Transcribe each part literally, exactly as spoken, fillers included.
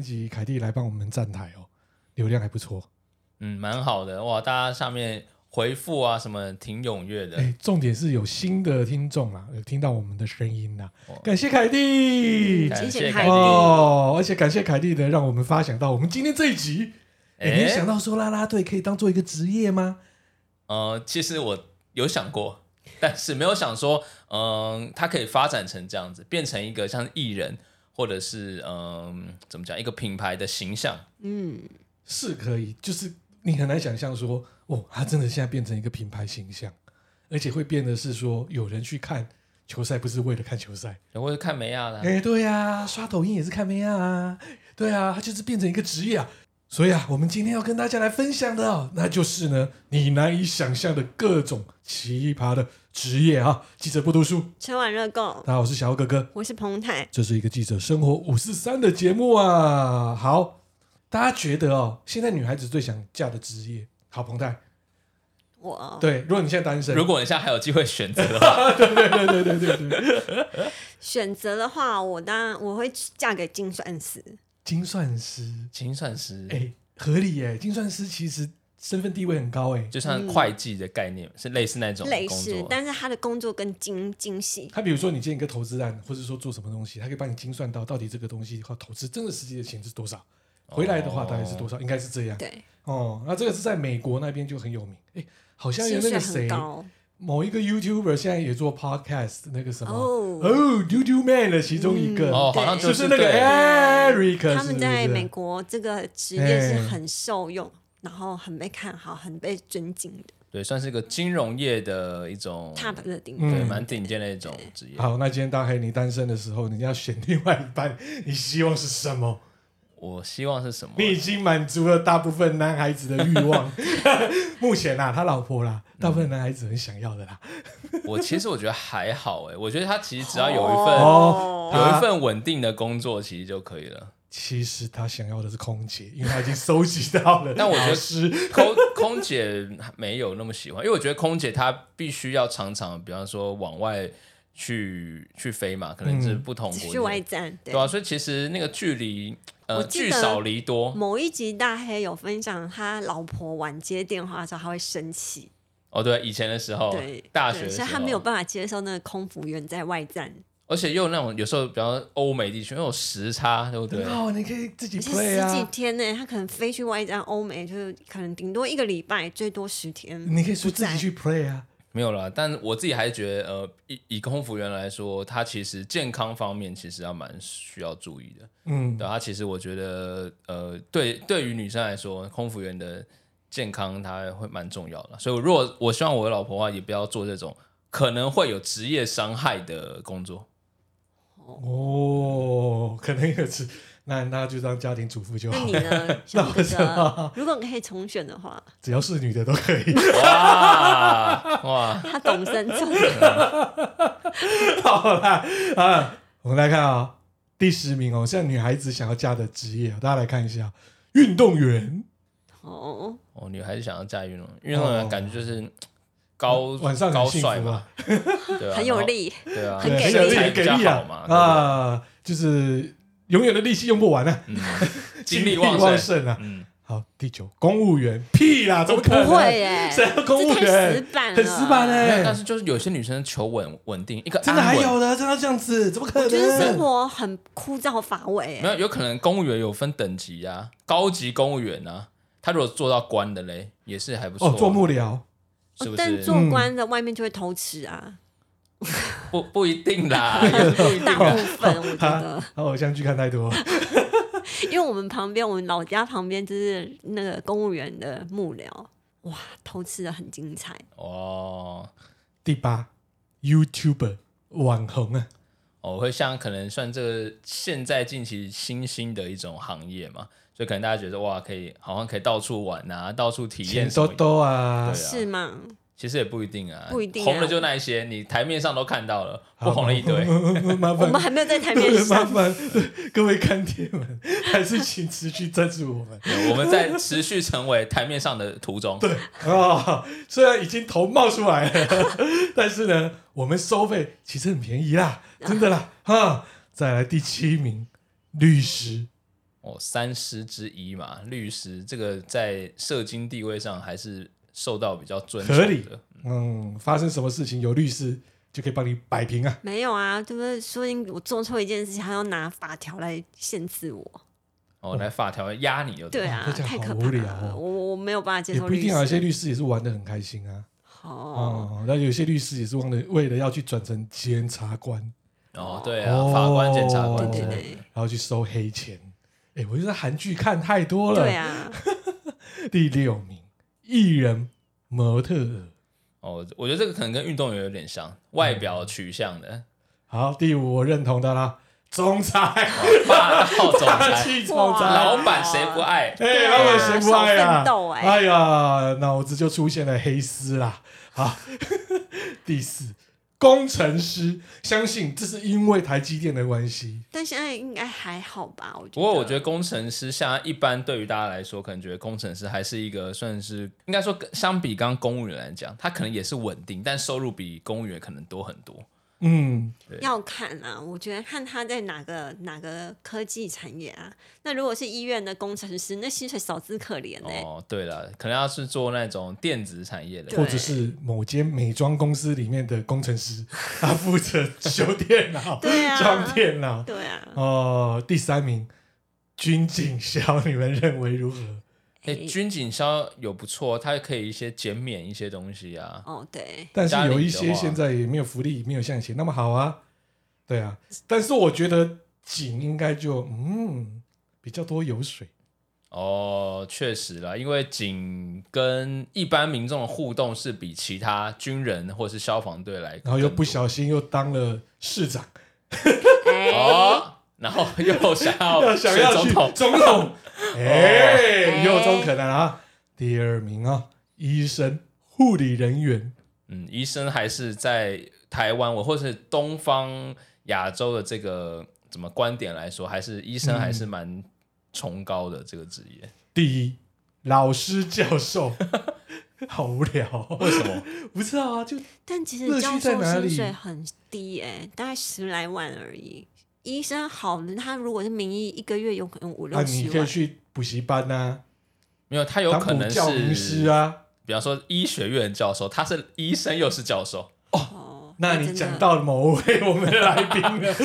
集凯蒂来帮我们站台哦，流量还不错。 嗯，蛮好的哇，大家下面回复啊什么挺踊跃的。 哎，重点是有新的听众啦，有听到我们的声音啦，哦、感谢凯蒂， 感谢凯蒂哦，而且感谢凯蒂的，让我们发想到我们今天这一集。哎，你有想到说啦啦队可以当做一个职业吗？ 呃，其实我有想过，但是没有想说，嗯、呃，它可以发展成这样子，变成一个像艺人或者是嗯、呃，怎么讲，一个品牌的形象。 嗯，是可以，就是你很难想象说，哦，它真的现在变成一个品牌形象，而且会变得是说，有人去看球赛不是为了看球赛， 或者看梅亚的、啊。 哎，对呀、啊，刷抖音也是看梅亚啊，对啊，它就是变成一个职业啊。所以啊，我们今天要跟大家来分享的、哦，那就是呢，你难以想象的各种奇葩的职业啊！记者不读书， 吃完热狗。 大家好，我是小欧哥哥， 我是彭泰， 这是一个记者生活五四三的节目啊。好，大家觉得哦，现在女孩子最想嫁的职业，好，彭泰， 我对，如果你现在单身， 如果你现在还有机会选择的话， 对对对对对对对， 选择的话，我当然我会嫁给精算师。 精算师， 精算师， 哎，合理耶！精算师其实身份地位很高哎， 就像会计的概念，嗯、是类似那种类工作， 似，但是他的工作更精精细。 他比如说你建一个投资案，或者说做什么东西，他可以帮你精算到到底这个东西和投资真的实际的钱是多少，回来的话大概是多少，哦、应该是这样。 对， 哦，那这个是在美国那边就很有名，哎，好像有那个谁。某一个 YouTuber 现在也做 Podcast， 那个什么哦、oh, oh, YouTube Man 的其中一个、 嗯、哦，好像就是那个 Eric， 他们在美国这个职业是很受用，然后很被看好，很被尊敬的。 对，算是一个金融业的一种 top 的顶尖，对，蛮顶尖的一种职业。 好，那今天大黑你单身的时候，你要选另外一半，你希望是什么？ 我希望是什么？ 你已经满足了大部分男孩子的欲望。目前啦，他老婆啦，大部分男孩子很想要的啦。 嗯、我其实我觉得还好哎，我觉得他其实只要有一份、 哦、 有一份稳定的工作，其实就可以了。 其实他想要的是空姐，因为他已经收集到了。 但我觉得空空姐没有那么喜欢，因为我觉得空姐她必须要常常，比方说往外去去飞嘛，可能是不同国家、 嗯、去外站，对， 对啊，所以其实那个距离。呃，聚少离多。 某一集大黑有分享，他老婆晚接电话的时候，他会生气。 哦，对，以前的时候， 对， 大学的时候， 所以他没有办法接受那个空服员在外站， 而且又有那种有时候，比方欧美地区，因为有时差，对不对？ 哦，你可以自己 play 啊， 十几天呢，他可能飞去外站，欧美就是可能顶多一个礼拜，最多十天。 你可以说自己去 play 啊。 没有啦，但我自己还是觉得，呃，以以空服员来说，他其实健康方面其实要蛮需要注意的。嗯，对，他其实我觉得，呃，对，对于女生来说，空服员的健康他会蛮重要的。所以，如果我希望我的老婆的话，也不要做这种可能会有职业伤害的工作。 哦，可能有职。那那就当家庭主妇就好。 那你呢？小哥哥，如果可以重选的话， 只要是女的都可以。 哇哇， 他懂生存。 好啦啊，我们来看啊、哦，第十名哦，像女孩子想要嫁的职业，大家来看一下，运动员。 哦哦，女孩子想要嫁运动员，运动员感觉就是高、 哦、晚上高帅嘛， 对啊，很有力， 对啊， 很给力，很给力啊嘛啊，就是。永远的力气用不完啊， 嗯、精力旺盛啊。嗯、好，第九，公务员，屁啦，怎么可能？ 不会耶， 谁要公务员？ 死板很死板哎。 但是就是有些女生求稳稳定，一个真的还有的，真的这样子，怎么可能？ 我觉得生活很枯燥乏味。 没有，有可能公务员有分等级啊，高级公务员啊，他如果做到官的嘞，也是还不错、啊。 哦，做幕僚， 是不是？ 但做官的外面就会偷吃啊。嗯不不一定啦，也不一定啦。 大部分我觉得， 好偶像剧看太多。 因为我们旁边，我们老家旁边就是那个公务员的幕僚，哇，偷吃的很精彩哦。 第八 ，YouTuber 网红啊， 哦，会像可能算这个现在近期新兴的一种行业嘛，所以可能大家觉得哇，可以好像可以到处玩啊，到处体验什么， 钱多多啊， 啊是吗？ 其实也不一定啊， 不一定、啊， 红了就那一些，你台面上都看到了，不红了一堆。 我们还没有在台面上。 麻烦各位干爹们，还是请持续赞助我们。 我们在持续成为台面上的途中。 对啊、哦，虽然已经头冒出来了，但是呢，我们收费其实很便宜啦，真的啦。哈，再来第七名，律师。 哦，三师之一嘛，律师这个在社经地位上还是受到比较尊崇的。 合理。嗯，发生什么事情有律师就可以帮你摆平啊。 没有啊，对不对？说不定我做错一件事情，还要拿法条来限制我。 哦，来法条压你就对啊， 哦、 太可怕无聊了， 哦、 我我没有办法接受律师。 也不一定啊，有些律师也是玩得很开心啊。哦，那、嗯、有些律师也是为了为了要去转成检察官。 哦，对啊，哦、法官、检察官， 对对对， 然后去收黑钱。哎，我觉得韩剧看太多了。 对啊。 第六名，艺人模特儿。 哦，我觉得这个可能跟运动员有点像，外表取向的。嗯、 好，第五我认同的啦，总裁， 哦、霸道总裁， 总裁， 老板谁不爱？ 哎、欸，老板谁不爱啊？ 欸、 哎呀，脑子就出现了黑丝啦。好，第四。工程师，相信这是因为台积电的关系， 但现在应该还好吧？我觉得。 不过我觉得工程师，像一般对于大家来说，可能觉得工程师还是一个算是应该说，相比刚刚公务员来讲，他可能也是稳定，但收入比公务员可能多很多。 嗯， 要看啊，我觉得看他在哪个哪个科技产业啊。那如果是医院的工程师，那薪水少之可怜哎、欸。 哦，对了，可能要是做那种电子产业的， 或者是某间美妆公司里面的工程师，他负责修电脑、 对啊， 装电脑。 对啊。 哦，第三名，军警消，你们认为如何？ 哎，军警消有不错，它可以一些减免一些东西啊。 哦，对。 但是有一些现在也没有福利，没有像以前那么好啊。对啊，但是我觉得警应该就嗯比较多油水。 哦，确实啦，因为警跟一般民众的互动是比其他军人或是消防队来， 然后又不小心又当了市长。 欸、 哦，然后又想要想要去总统。哎、欸，也有这种可能啊。第二名啊，医生、护理人员。 嗯，医生还是在台湾，我或是东方亚洲的这个怎么观点来说，还是医生还是蛮崇高的这个职业。 第一，老师、教授，好无聊、哦。 为什么？ 不知道啊，就但其实教授薪水很低哎、欸，大概十来万而已。医生好的，他如果是名医，一个月有可能五六十万。 啊，你可以去补习班啊， 没有，他有可能是当补教名师啊。 比方说医学院的教授，他是医生又是教授哦。那你讲到某位我们的来宾了，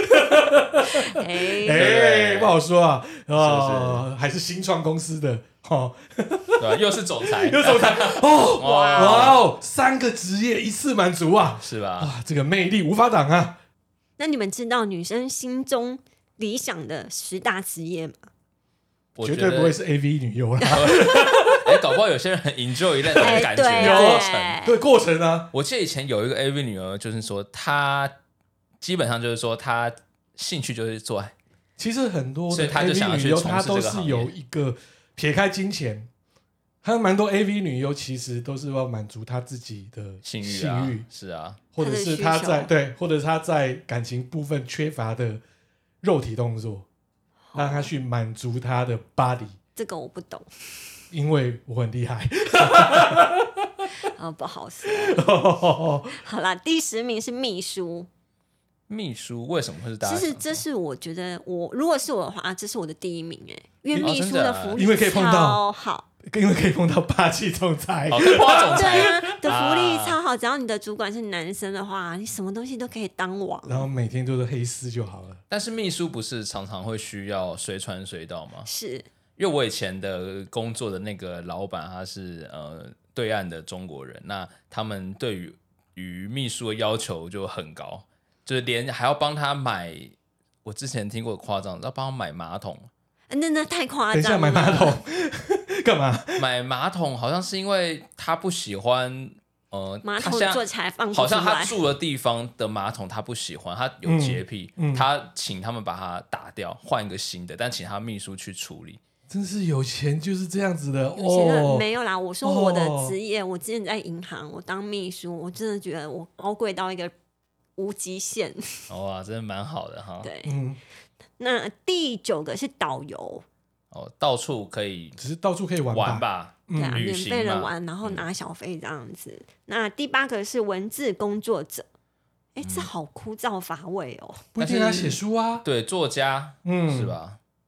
哎、 欸，不好说啊，哦，是是还是新创公司的哦， 对吧？又是总裁， 又是总裁，哦，哇哇哦，三个职业一次满足啊， 是吧？ 哇，这个魅力无法挡啊。 那你们知道女生心中理想的十大职业吗？ 绝对不会是 A V 女优啦。 哎、欸，搞不好有些人很 enjoy 那种感觉、欸、过程， 对过程啊。 我记得以前有一个 A V 女优，就是说她基本上就是说她兴趣就是做爱。 其实很多的 A V 女优， 所以她就想要去从事这个行业， 她都是有一个撇开金钱，还有蛮多 A V 女优其实都是要满足她自己的性欲、啊， 性欲是啊， 或者是她在对，或者是她在感情部分缺乏的肉体动作，让她去满足她的 body。 这个我不懂。 因为我很厉害， 呃，不好说。好啦，第十名是秘书。 秘书为什么会是大家？ 其实这是我觉得我如果是我的话，这是我的第一名哎，因为秘书的福利因为可以碰到超好， 因为可以碰到霸气总裁， 哦，可以碰到总裁， 对啊，的福利超好。只要你的主管是男生的话，你什么东西都可以当王， 然后每天都是黑丝就好了。 但是秘书不是常常会需要随传随到吗？ 是。 因为我以前的工作的那个老板，他是呃对岸的中国人，那他们对于与秘书的要求就很高，就是连还要帮他买，我之前听过夸张，要帮他买马桶， 那那太夸张了。 等一下买马桶干嘛？ 买马桶好像是因为他不喜欢。呃， 马桶做起来放不出来， 好像他住的地方的马桶他不喜欢，他有洁癖，嗯嗯、他请他们把它打掉，换一个新的，但请他秘书去处理。 真是有钱就是这样子的， 有钱人、 哦、 没有啦。我说我的职业，哦、我之前在银行，我当秘书，我真的觉得我高贵到一个无极限。 哇，真的蛮好的哈。 对，嗯。那第九个是导游。 哦，到处可以， 只是到处可以玩吧， 玩吧对啊，免费的玩， 嗯、 然后拿小费这样子。嗯、那第八个是文字工作者。哎、欸，这好枯燥乏味哦。 不一定要写书啊， 对，作家，嗯，是吧？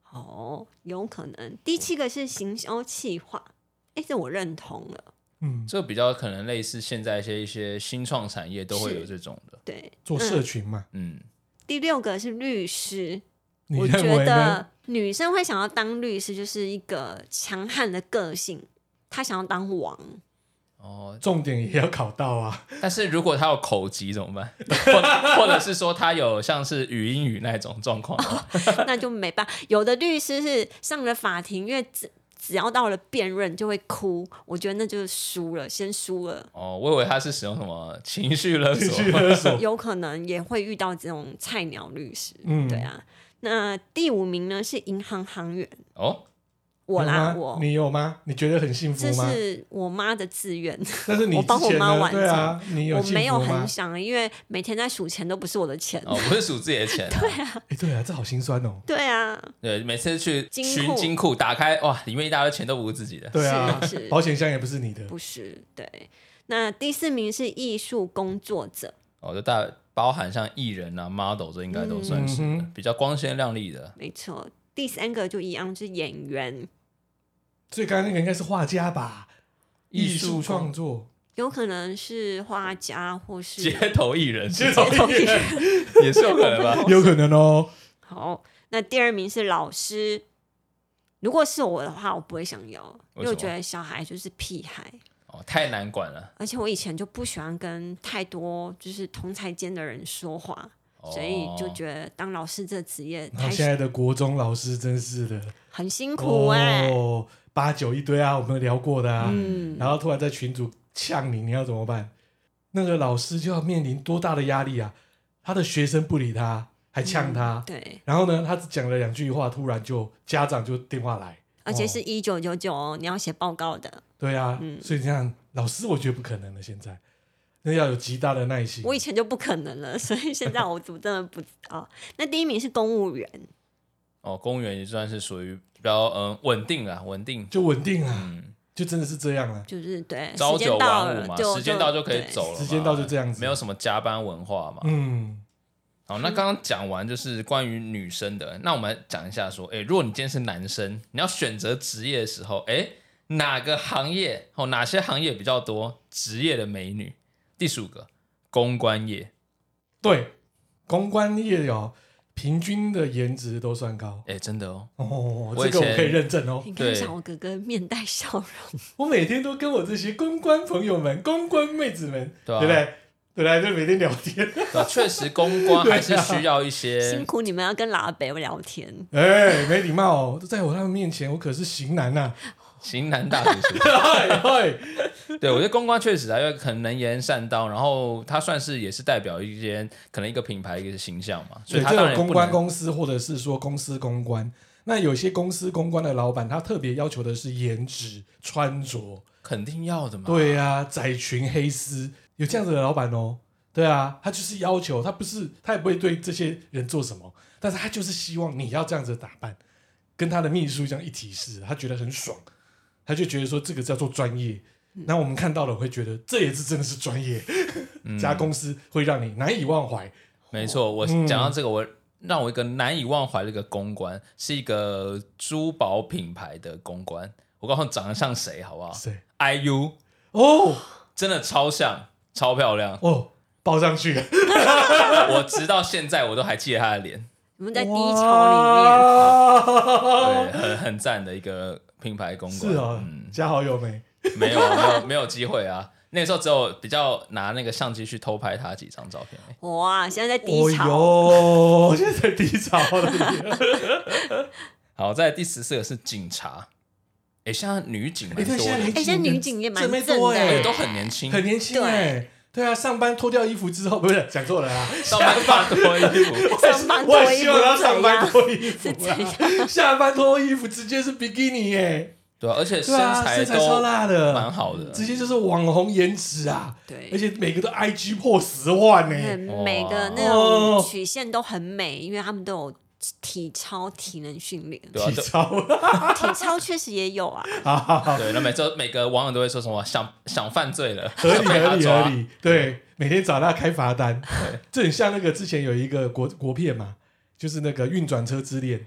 哦，有可能。第七个是行销企划，哎，这我认同了。 嗯， 这比较可能类似现在一些一些新创产业都会有这种的， 对， 做社群嘛。 嗯。 第六个是律师， 你我觉认为呢？ 得女生会想要当律师，就是一个强悍的个性，她想要当王。 哦， 重点也要考到啊。 但是如果他有口疾怎么办？或或者是说他有像是语音语那种状况， 那就没办法。有的律师是上了法庭，因为只只要到了辩论就会哭，我觉得那就是输了，先输了。 哦，我以为他是使用什么情绪勒索， 情绪勒索有可能也会遇到这种菜鸟律师。 嗯对啊。那第五名呢是银行行员。 哦， 我啦， 有吗我你有吗？你觉得很幸福这吗？ 是我妈的自愿。 但是你我帮我之前呢妈完成对啊，你有幸我没有福吗很？想，因为每天在数钱都不是我的钱。 哦，不是数自己的钱、啊，对啊， 哎，对啊，这好心酸哦。 对啊， 对，每次去金库寻金库打开，哇，里面一大堆钱都不是自己的， 对啊是是， 保险箱也不是你的。 不是对。那第四名是艺术工作者。 哦，就大包含像艺人啊、model 这应该都算是的、 嗯哼比较光鲜亮丽的。 没错。第三个就一样是演员， 所以刚刚那个应该是画家吧？艺术创作， 有可能是画家或是街头艺人， 街头艺人也是有可能吧？ 有可能哦。 好，那第二名是老师。如果是我的话，我不会想要，因为我觉得小孩就是屁孩。 哦，太难管了， 而且我以前就不喜欢跟太多就是同才间的人说话， 哦、 所以就觉得当老师这职业然后太现在的国中老师真是的， 很辛苦哎、 哦，八九一堆啊，我们聊过的啊。 嗯， 然后突然在群组呛你，你要怎么办？那个老师就要面临多大的压力啊！他的学生不理他，还呛他。 嗯对， 然后呢，他只讲了两句话，突然就家长就电话来， 而且是一九九九哦，你要写报告的。 对啊， 嗯所以这样老师我觉得不可能了，现在那要有极大的耐心。 我以前就不可能了，所以现在我真的不知道。那第一名是公务员。 哦，公务员也算是属于比较嗯稳定啦，稳定， 就稳定啊， 嗯， 就真的是这样啊， 就是对， 朝九时间到晚五嘛， 了就时间到就可以对走了嘛， 时间到就这样子没有什么加班文化嘛。 嗯， 好，那刚刚讲完就是关于女生的，那我们来讲一下说，哎，如果你今天是男生，你要选择职业的时候，哎，哪个行业哦，哪些行业比较多职业的美女？第十五个，公关业。 对，公关业有平均的颜值都算高哎，真的哦， 哦， 我以前这个我可以认证哦。 你看对小我哥哥面带笑容， 我每天都跟我这些公关朋友们、公关妹子们， 对啊对不对？对不对？就每天聊天。 对啊确实公关还是需要一些辛苦你们要跟老北聊天。 哎，没礼貌哦！在我他们面前，我可是型男呐、 型男大叔叔。 啊。嘿， 对，我觉得公关确实啊，因为很能言善道，然后他算是也是代表一些可能一个品牌一个形象嘛，所以他这种公当然不能关公司或者是说公司公关，那有些公司公关的老板，他特别要求的是颜值、穿着。 肯定要的嘛。 对啊，窄裙黑丝，有这样子的老板哦。对啊，他就是要求，他不是他也不会对这些人做什么，但是他就是希望你要这样子打扮，跟他的秘书这样一体式，他觉得很爽，他就觉得说这个叫做专业。那我们看到了会觉得这也是真的是专业， 嗯这家公司会让你难以忘怀。 没错，我嗯讲到这个，我让我一个难以忘怀的一个公关，是一个珠宝品牌的公关。我告诉你，长得像谁，好不好谁？ ？I U 哦真的超像，超漂亮。 哦，报上去了， 我直到现在我都还记得她的脸， 我们在低潮里面， 里对，很很赞的一个品牌公关。 是哦， 嗯， 加好友没？ 没有没有没有机会啊。那个时候只有比较拿那个相机去偷拍她几张照片而已。 哇，现在在低潮。 哦哟，现在在低潮了。 好，再来第十四个是警察。哎，现在女警蛮哎， 多对，现在的， 女哎现在警女警也蛮正妹正的多哎哎， 都很年轻， 很年轻哎。对啊，上班脱掉衣服之后，不是讲错了啊， 上班发多衣服。 上班我脱衣服也希望他是上班怎样？ 脱衣服是怎啊，下班脱衣服直接是比基尼耶， 对啊，而且身对啊， 材身材超都辣的， 蛮好的。 直接就是网红颜值啊， 对而且每个都 I G 破十万对呢。 每个那哦种曲线都很美，因为他们都有体操、体能训练。 对啊，对体操， 体操确实也有啊， 对，那每周每个网友都会说什么想想犯罪了， 合理合理被他抓合理，对，每天找他开罚单，这很像那个之前有一个国国片嘛，就是那个运转车之恋，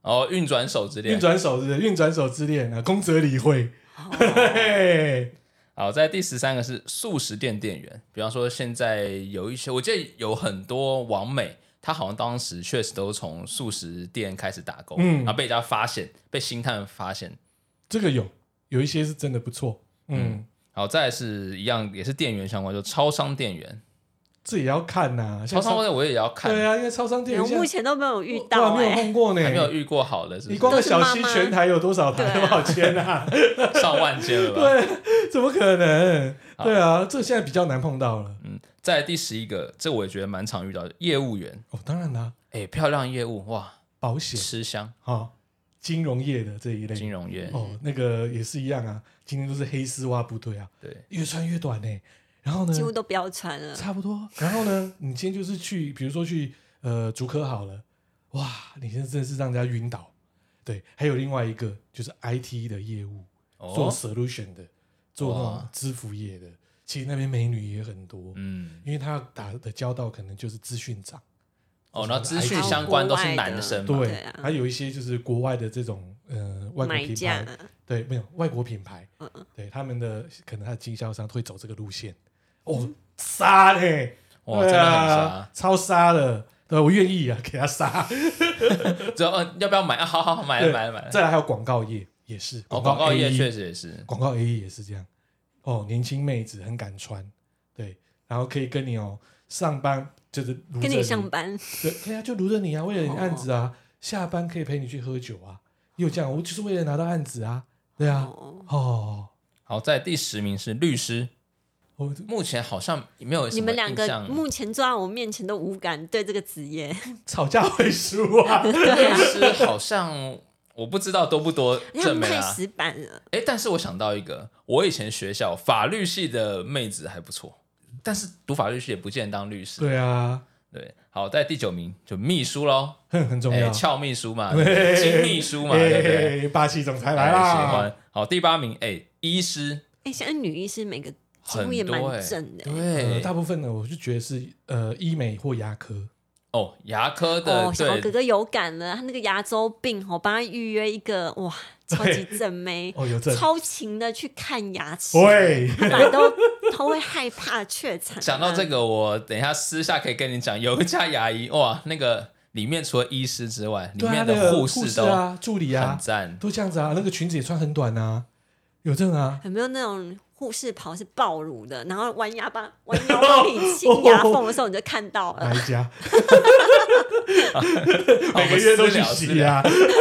哦，运转手之恋， 运转手之运转手之恋啊，宫泽理惠。 哦好，在第十三个是速食店店员，比方说现在有一些，我记得有很多网美，他好像当时确实都从速食店开始打工，嗯，然后被人家发现，被星探发现， 这个有有一些是真的不错，嗯， 嗯好，再来是一样也是店员相关，就超商店员。 这也要看呐、啊， 超商店我也要看， 对啊，因为超商店我目前都没有遇到、欸， 没有碰过呢， 还没有遇过好的是不是， 你光个小七全台有多少台，多少间啊？ 上万间了吧？ 对，怎么可能？对啊，这现在比较难碰到了。 嗯，再来第十一个，这我也觉得蛮常遇到的，业务员。 哦，当然啦， 哎、欸，漂亮业务哇， 保险吃香哦，金融业的这一类， 金融业哦，那个也是一样啊，今天都是黑丝袜部队啊， 对， 越穿越短呢。然后呢， 几乎都不要穿了， 差不多。然后呢，你今天就是去，比如说去呃竹科好了，哇，你现在真的是让人家晕倒。对，还有另外一个就是 I T 的业务，哦、做 solution 的，做那种支付业的，其实那边美女也很多，嗯，因为他打的交道可能就是资讯长， 哦，然后资讯相关都是男生嘛， 对，还有一些就是国外的这种呃外国品牌，对，没有外国品牌，嗯嗯，对他们的可能他的经销商会走这个路线。哦，杀嘞！ 哇，真的很杀， 超杀的。对，我愿意啊，给他杀。 之后、呃、要不要买？啊、好好好，买了买了买了。 再来还有广告业也是， 广告、哦、告业确实也是， 广告 A E 也是这样。哦，年轻妹子很敢穿，对，然后可以跟你哦上班就是你跟你上班， 对，可以啊，就撸着你啊，为了你案子啊，哦、下班可以陪你去喝酒啊，又这样，我就是为了拿到案子啊，对啊，哦，哦好，在第十名是律师。目前好像没有什么印象， 你们两个目前坐在我面前都无感对这个职业， 吵架会输啊。 律师好像我不知道多不多正妹啊， 太死板了。 哎，但是我想到一个，我以前学校法律系的妹子还不错，但是读法律系也不见得当律师。 对啊， 对，好，在第九名就秘书咯， 很重要， 俏秘书嘛，金秘书嘛，对不对？ 霸气总裁来啦， 喜欢。好，第八名，哎，医师， 哎，现在女医师每个。几乎也蛮正的， 对、 呃，大部分呢，我就觉得是呃医美或牙科。 哦，牙科的， 哦，小哥哥有感了，他那个牙周病，我帮他预约一个，哇，超级正妹， 哦，有正， 超勤的去看牙齿， 对， 他本来都都会害怕确诊。 讲到这个，我等一下私下可以跟你讲，有一家牙医，哇，那个里面除了医师之外，里面的护士都、 啊、助理啊， 很赞， 都这样子啊，那个裙子也穿很短啊，有正啊， 有没有那种？护士袍是暴乳的，然后弯腰帮弯腰帮你清牙缝的时候，你就看到了。 哪一家？每个月都去洗啊。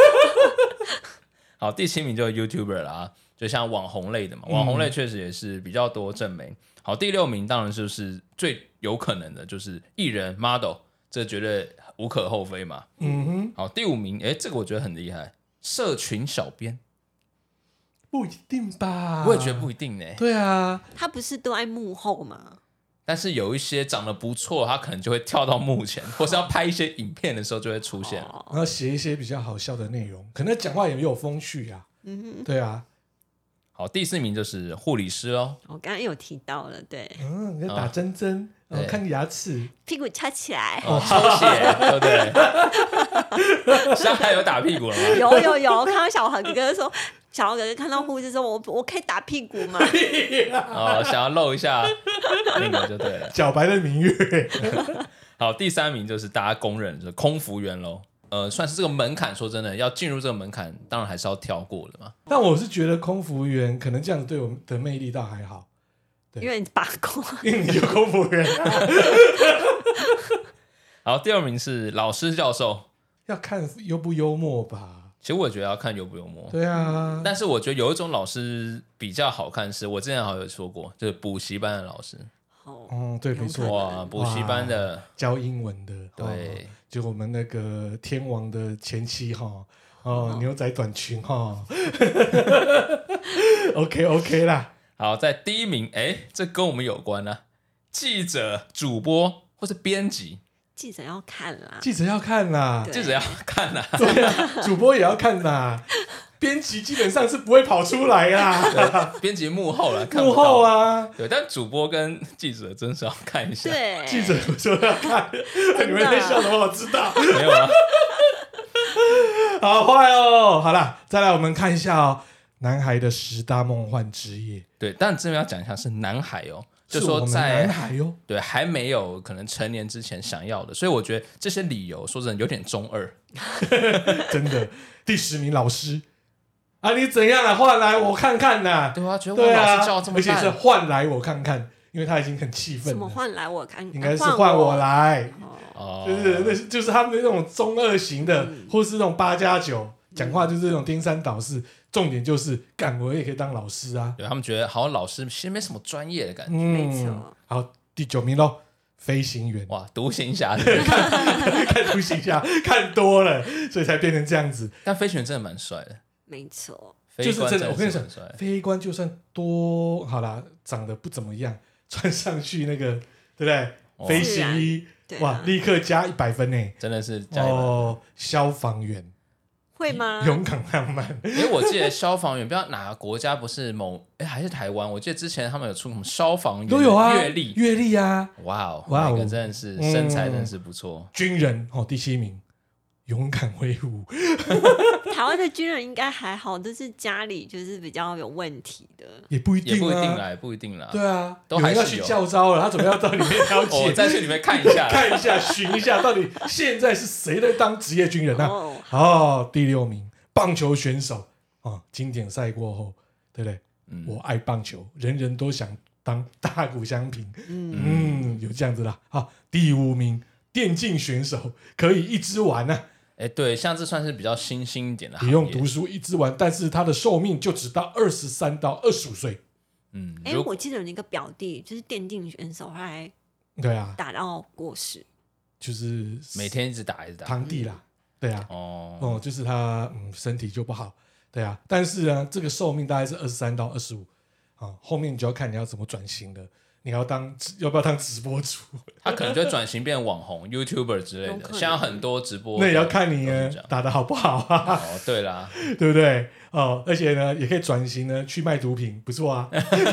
好，第七名就是 YouTuber 啦，就像网红类的嘛，网红类确实也是比较多正妹。好，第六名当然就是最有可能的，就是艺人 model， 这绝对无可厚非嘛。嗯哼。好，第五名，哎，这个我觉得很厉害，社群小编。 不一定吧， 我也觉得不一定呢、欸。 对啊， 他不是都在幕后吗？ 但是有一些长得不错，他可能就会跳到幕前，或是要拍一些影片的时候就会出现， 然后写一些比较好笑的内容，可能讲话也没有风趣啊。嗯哼，对啊。 好，第四名就是护理师哦。 我刚刚有提到了，对， 嗯，你要打针针，然后看牙齿， 屁股掐起来， 哦，抽血，对不对？现在还有打屁股了吗？ 有有有，看到小何哥哥说。小哥哥看到护士说：“我我可以打屁股吗？” 哦，想要露一下那个就对了。 小白的明月。 好，第三名就是大家公认就是空服员喽。呃，算是这个门槛，说真的，要进入这个门槛，当然还是要跳过的嘛。 但我是觉得空服员可能这样子对我们的魅力倒还好， 因为你拔过， 因为你就空服员、啊。 好，第二名是老师教授， 要看幽不幽默吧。 其实我也觉得要看幽不幽默， 对啊。 但是我觉得有一种老师比较好看是，我之前好像有说过，就是补习班的老师。 哦，嗯，对，没错。 哇，补习班的教英文的， 对， 哦、就我们那个天王的前妻哈，哦，哦牛仔短裙哈。OK OK 啦。 好，在第一名，哎，这跟我们有关啊，记者、主播或是编辑。 记者要看啦， 记者要看啦， 记者要看啦， 对啊，主播也要看啦，编辑基本上是不会跑出来啦， 编辑幕后啦， 幕後啊， 对，但主播跟记者真是要看一下， 对， 记者说要看，你们在笑什么？我知道， 没有啊。 好坏哦。好啦，再来我们看一下哦，男孩的十大梦幻职业。 对，但这边要讲一下是男孩哦，就说是我们在男孩哦， 对还没有可能成年之前想要的，所以我觉得这些理由说真的有点中二。 真的。第十名老师啊，你怎样啊？换来我看看呐、 对啊，觉得对我老啊师教这，么而且是烂， 换来我看看，因为他已经很气愤了。 什么换来我看， 应该是换我来， 哦， 就是那就是他们那种中二型的， 嗯或是那种八加九，讲话就是那种颠三倒四。重点就是干，我也可以当老师啊。 对他们觉得好像老师其实没什么专业的感觉。 没嗯错， 好，第九名喽，飞行员。 哇，独行侠， 看独行侠看多了，所以才变成这样子。 但飞行员真的蛮帅的， 没错， 就是真的，我跟你讲蛮帅的， 飞官就算多好啦，长得不怎么样，穿上去那个对不对？ 哇飞行衣对啊哇，立刻加一百分呢。 真的是加油！ 哦，消防员会吗？ 勇敢浪漫， 因为我记得消防员，不知道哪个国家不是某哎还是台湾，我记得之前他们有出什么消防员都有啊， 阅历， 阅历啊， 哇哦， 哇哦那个真的是身材真的是不错。 军人哦，第七名，勇敢挥舞， 台湾的军人应该还好，都是家里就是比较有问题的。 也不一定也不一定啊， 啦，也不一定啦。 对啊， 都还是有人要去有教招了，他准备要到里面了我解， 再去里面看一下， 看一下，寻一下，到底现在是谁在当职业军人啊？ 哦， 哦，第六名，棒球选手哦，经典赛过后，对不对？ 嗯我爱棒球，人人都想当大谷翔平， 嗯， 嗯，有这样子啦。好，第五名，电竞选手可以一直玩啊， 哎，对，像这算是比较新兴一点的不行业， 用读书一直玩，但是他的寿命就只到二十三到二十五岁。 嗯， 哎、 如我记得有一个表弟就是电竞选手，后来对啊， 打到过世。 就是每天一直打一直打， 堂弟啦，对啊， 哦， 哦，就是他嗯身体就不好，对啊，但是呢，这个寿命大概是二十三到二十五啊，后面你就要看你要怎么转型了。你要当要不要当直播主？ 他可能就会转型变网红 YouTuber 之类的， 有可能像很多直播那也要看你都呢是这样打的好不好啊， 哦，对啦， 对不对？哦，而且呢，也可以转型呢去卖毒品，不错啊。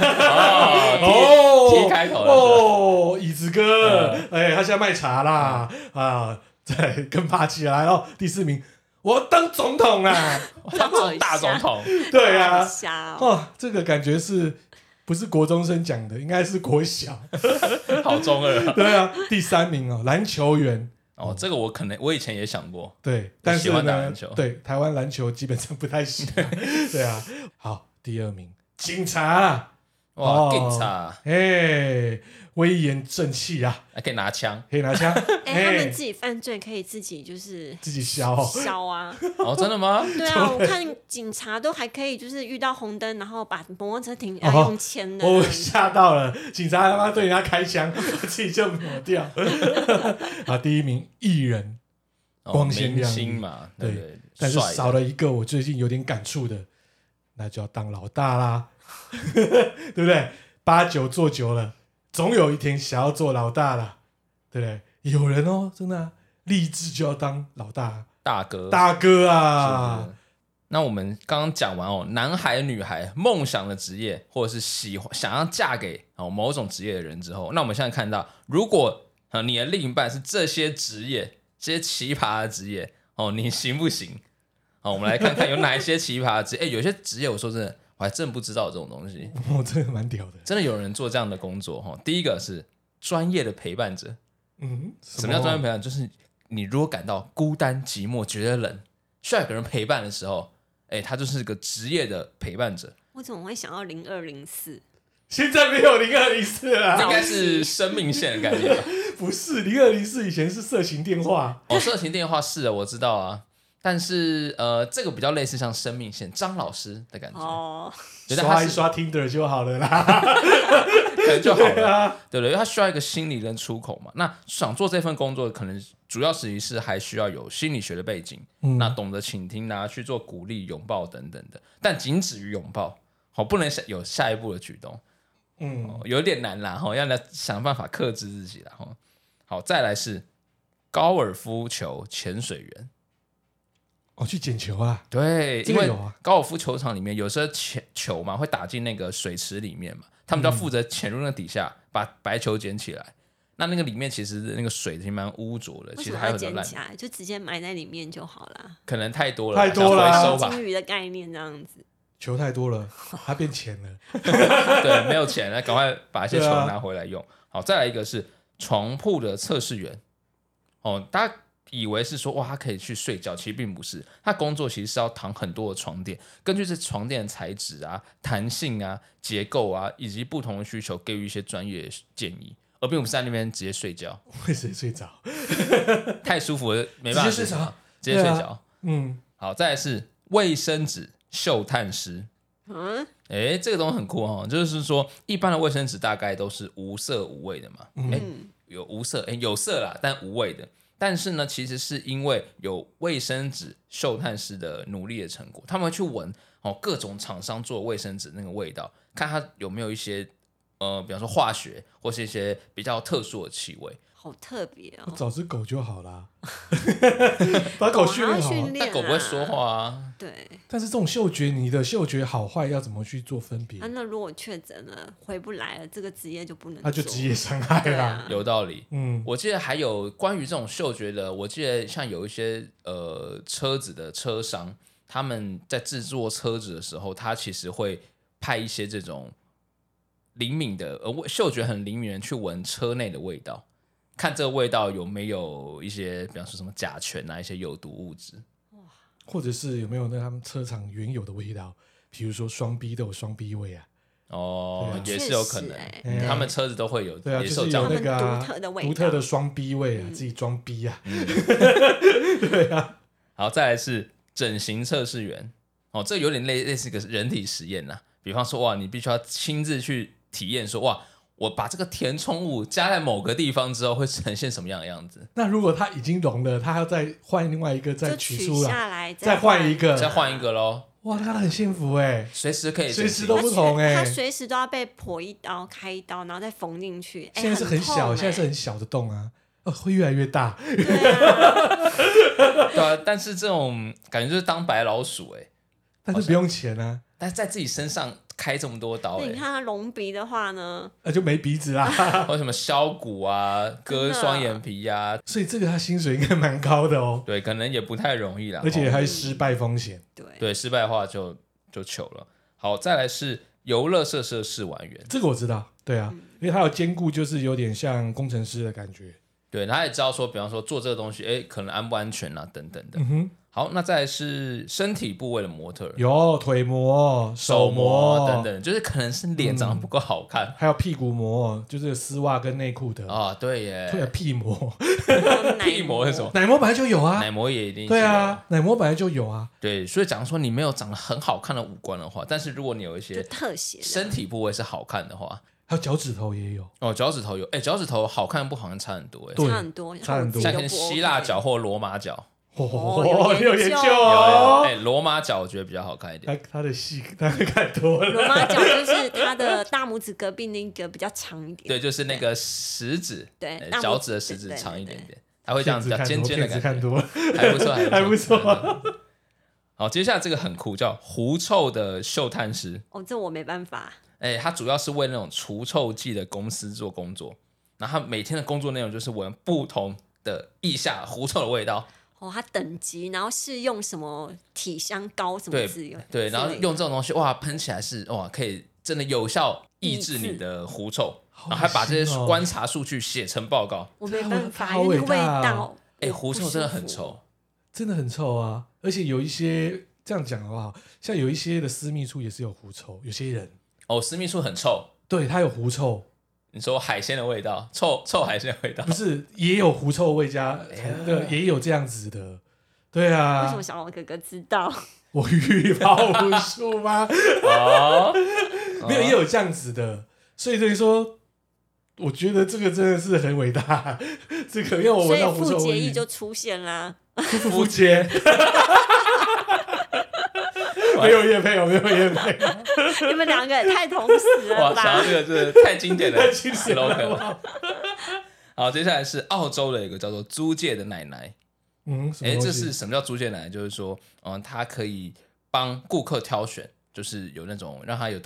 哦，T T 开头的哦，椅子哥， 嗯哎，他现在卖茶啦啊，再跟爬起来哦，第四名，我要当总统啊！ 他做大总统， 对啊， 瞎哦， 哦，这个感觉是不是国中生讲的？应该是国小。 好中二啊。 对啊，第三名哦，篮球员。 哦，这个我可能我以前也想过， 对，但是喜欢打呢篮球， 对台湾篮球基本上不太行。对啊，好，第二名，警察啦， 哇， 哦警察哎，威严正气啊， 还可以拿枪， 可以拿枪， 哎、他们自己犯罪可以自己就是自己消哦。 消啊。 哦，真的吗？ 对啊，我看警察都还可以，就是遇到红灯，然后把摩托车停，然哦后用牵的。 我吓到了，警察他妈对人家开枪，自己就抹掉。啊，第一名艺人， 哦光鲜亮丽明星嘛，对不对？ 但是帅的少了一个我最近有点感触的，那就要当老大啦，对不对？八九做久了，总有一天想要做老大啦，对不对？有人哦，真的啊立志就要当老大， 大哥， 大哥是啊不，是那我们刚刚讲完哦，男孩、女孩梦想的职业，或者是喜欢想要嫁给哦某种职业的人之后，那我们现在看到，如果啊你的另一半是这些职业，这些奇葩的职业哦，你行不行？好，我们来看看有哪一些奇葩的职业。哎，有些职业我说真的，我还真不知道这种东西， 我真的蛮屌的。 真的有人做这样的工作哈、哦。第一个是专业的陪伴者， 嗯， 什么叫专业陪伴？就是你如果感到孤单寂寞、觉得冷，需要有个人陪伴的时候，哎，他就是个职业的陪伴者。 我怎么会想到零二零四？ 现在没有零二零四了啦， 应该是生命线的概念吧？ 不是零二零四，以前是色情电话。 哦，色情电话是的，我知道啊。但是呃，这个比较类似像生命线张老师的感觉， 哦， 觉得他是刷一刷 Tinder 就好了啦， 可能就好了， 对啊， 对不对？因为他需要一个心理的出口嘛。那想做这份工作，可能主要实习是还需要有心理学的背景， 嗯那懂得倾听啊，去做鼓励、拥抱等等的。但仅止于拥抱，好，不能有下一步的举动， 嗯， 哦有点难啦，哈，要来想办法克制自己啦，哈。好，再来是高尔夫球潜水员。 我去捡球啊， 对，因为这个有啊高尔夫球场里面有时候潜球嘛会打进那个水池里面嘛，他们就要负责潜入那底下，把白球捡起来。 那那个里面其实那个水其实蛮污浊的，其实还有很多烂， 捡起来就直接埋在里面就好了。 可能太多了， 太多了、 想回收吧。 金鱼的概念这样子， 球太多了，它变钱了。 对，没有钱，那赶快把一些球拿回来用。 啊、 好，再来一个是床铺的测试员。哦，大家以为是说哇，他可以去睡觉，其实并不是。他工作其实是要躺很多的床垫，根据这床垫的材质啊、弹性啊、结构啊，以及不同的需求，给予一些专业的建议。而并不是在那边直接睡觉， 会直接睡着， 太舒服了，没办法， 直接睡着， 直接睡着、啊。 嗯， 好，再来是卫生纸嗅探师。嗯，哎，这个东西很酷哦，就是说一般的卫生纸大概都是无色无味的嘛，哎、嗯，有无色，哎，有色啦，但无味的。但是呢，其实是因为有卫生纸嗅探师的努力的成果，他们会去闻哦各种厂商做的卫生纸那个味道，看它有没有一些。呃，比方说化学或是一些比较特殊的气味， 好特别哦。 我找只狗就好啦，把狗训练好。 但狗不会说话啊。 对。 但是这种嗅觉，你的嗅觉好坏要怎么去做分别？ 啊，那如果确诊了回不来了，这个职业就不能做。 那就职业伤害啦、 啊。 有道理。 嗯， 我记得还有关于这种嗅觉的，我记得像有一些呃车子的车商，他们在制作车子的时候，他其实会派一些这种。灵敏的，呃，嗅觉很灵敏的人去闻车内的味道，看这个味道有没有一些，比方说什么甲醛啊，一些有毒物质， 或者是有没有那他们车厂原有的味道，比如说双 B 都有双 B 味啊， 哦，啊、也是有可能、 欸嗯，他们车子都会有， 对啊， 也就是有那个、啊、 独特的味道， 独特的双 B 味啊，嗯、自己装逼啊， 嗯、 对啊， 好，再来是整形测试员，哦，这有点类类似一个人体实验呐、啊，比方说哇，你必须要亲自去。体验说哇，我把这个填充物加在某个地方之后会呈现什么样的样子？ 那如果它已经融了，它要再换另外一个再取出来， 再换一个， 再换一个咯。 哇，那很幸福哎， 随时可以， 随时都不同哎， 他随时都要被剖一刀、开一刀，然后再缝进去。 现在是很小，现在是很小的洞啊，哦，会越来越大。 对啊， 对啊，但是这种感觉就是当白老鼠哎， 但是不用钱啊。 但是在自己身上开这么多刀、欸， 那你看他隆鼻的话呢？ 那就没鼻子啦， 或什么削骨啊、割双眼皮啊， 所以这个他薪水应该蛮高的哦。 对，可能也不太容易啦， 而且还失败风险。 对对，失败的话就就糗了。好，再来是游乐设施试玩员， 这个我知道，对啊，嗯、因为他有兼顾，就是有点像工程师的感觉。 对，他也知道说，比方说做这个东西，哎，可能安不安全啊，等等的。 嗯哼。 好，那再来是身体部位的模特， 有腿模、手模等等，就是可能是脸长得不够好看、嗯， 还有屁股模，就是丝袜跟内裤的啊、哦，对耶， 对啊，屁模， 屁模是什么？ 奶模本来就有啊， 奶模也一定对啊，奶模本来就有啊， 对，所以假如说你没有长得很好看的五官的话，但是如果你有一些特写身体部位是好看的话。 还有脚趾头也有哦，脚趾头有，哎，脚趾头好看不好看差很多，哎， 差很多， 差很多， 像希腊脚或罗马脚。 哦，有研究哦！哎，罗马脚我觉得比较好看一点。 他他的戏他看多了。 罗马脚就是他的大拇指隔壁那个比较长一点。 对，就是那个食指， 对， 脚趾的食指长一点点，他会这样子比较尖尖的感觉， 看多了， 还不错， 还不错。 好，接下来这个很酷，叫狐臭的嗅探师。 哦，这我没办法。 哎，他主要是为那种除臭剂的公司做工作，然后他每天的工作内容就是闻不同的腋下狐臭的味道。 哦，它等级，然后是用什么体香膏什么之类的， 对，然后用这种东西，哇，喷起来是哇，可以真的有效抑制你的狐臭，然后还把这些观察数据写成报告。 我没办法，因为那个味道， 哎、欸，狐臭真的很臭， 真的很臭啊！而且有一些这样讲的话，像有一些的私密处也是有狐臭，有些人哦，私密处很臭， 对，它有狐臭。 你说海鲜的味道，臭臭海鲜的味道， 不是也有狐臭味加，对，也有这样子的，对啊。 为什么小王哥哥知道？ 我预报无数吗？哦，没有，也有这样子的，所以等于说，我觉得这个真的是很伟大。这个因为我闻到狐臭味， 所以傅杰义就出现啦。 傅杰。没有业配，有没有业配？ 你们两个也太同时了吧！ 哇，想到这个是太经典了， 太经典了。好，接下来是澳洲的一个叫做租借的奶奶。 嗯， 哎，这是什么叫租借奶奶？就是说，嗯，她可以帮顾客挑选，就是有那种让他有当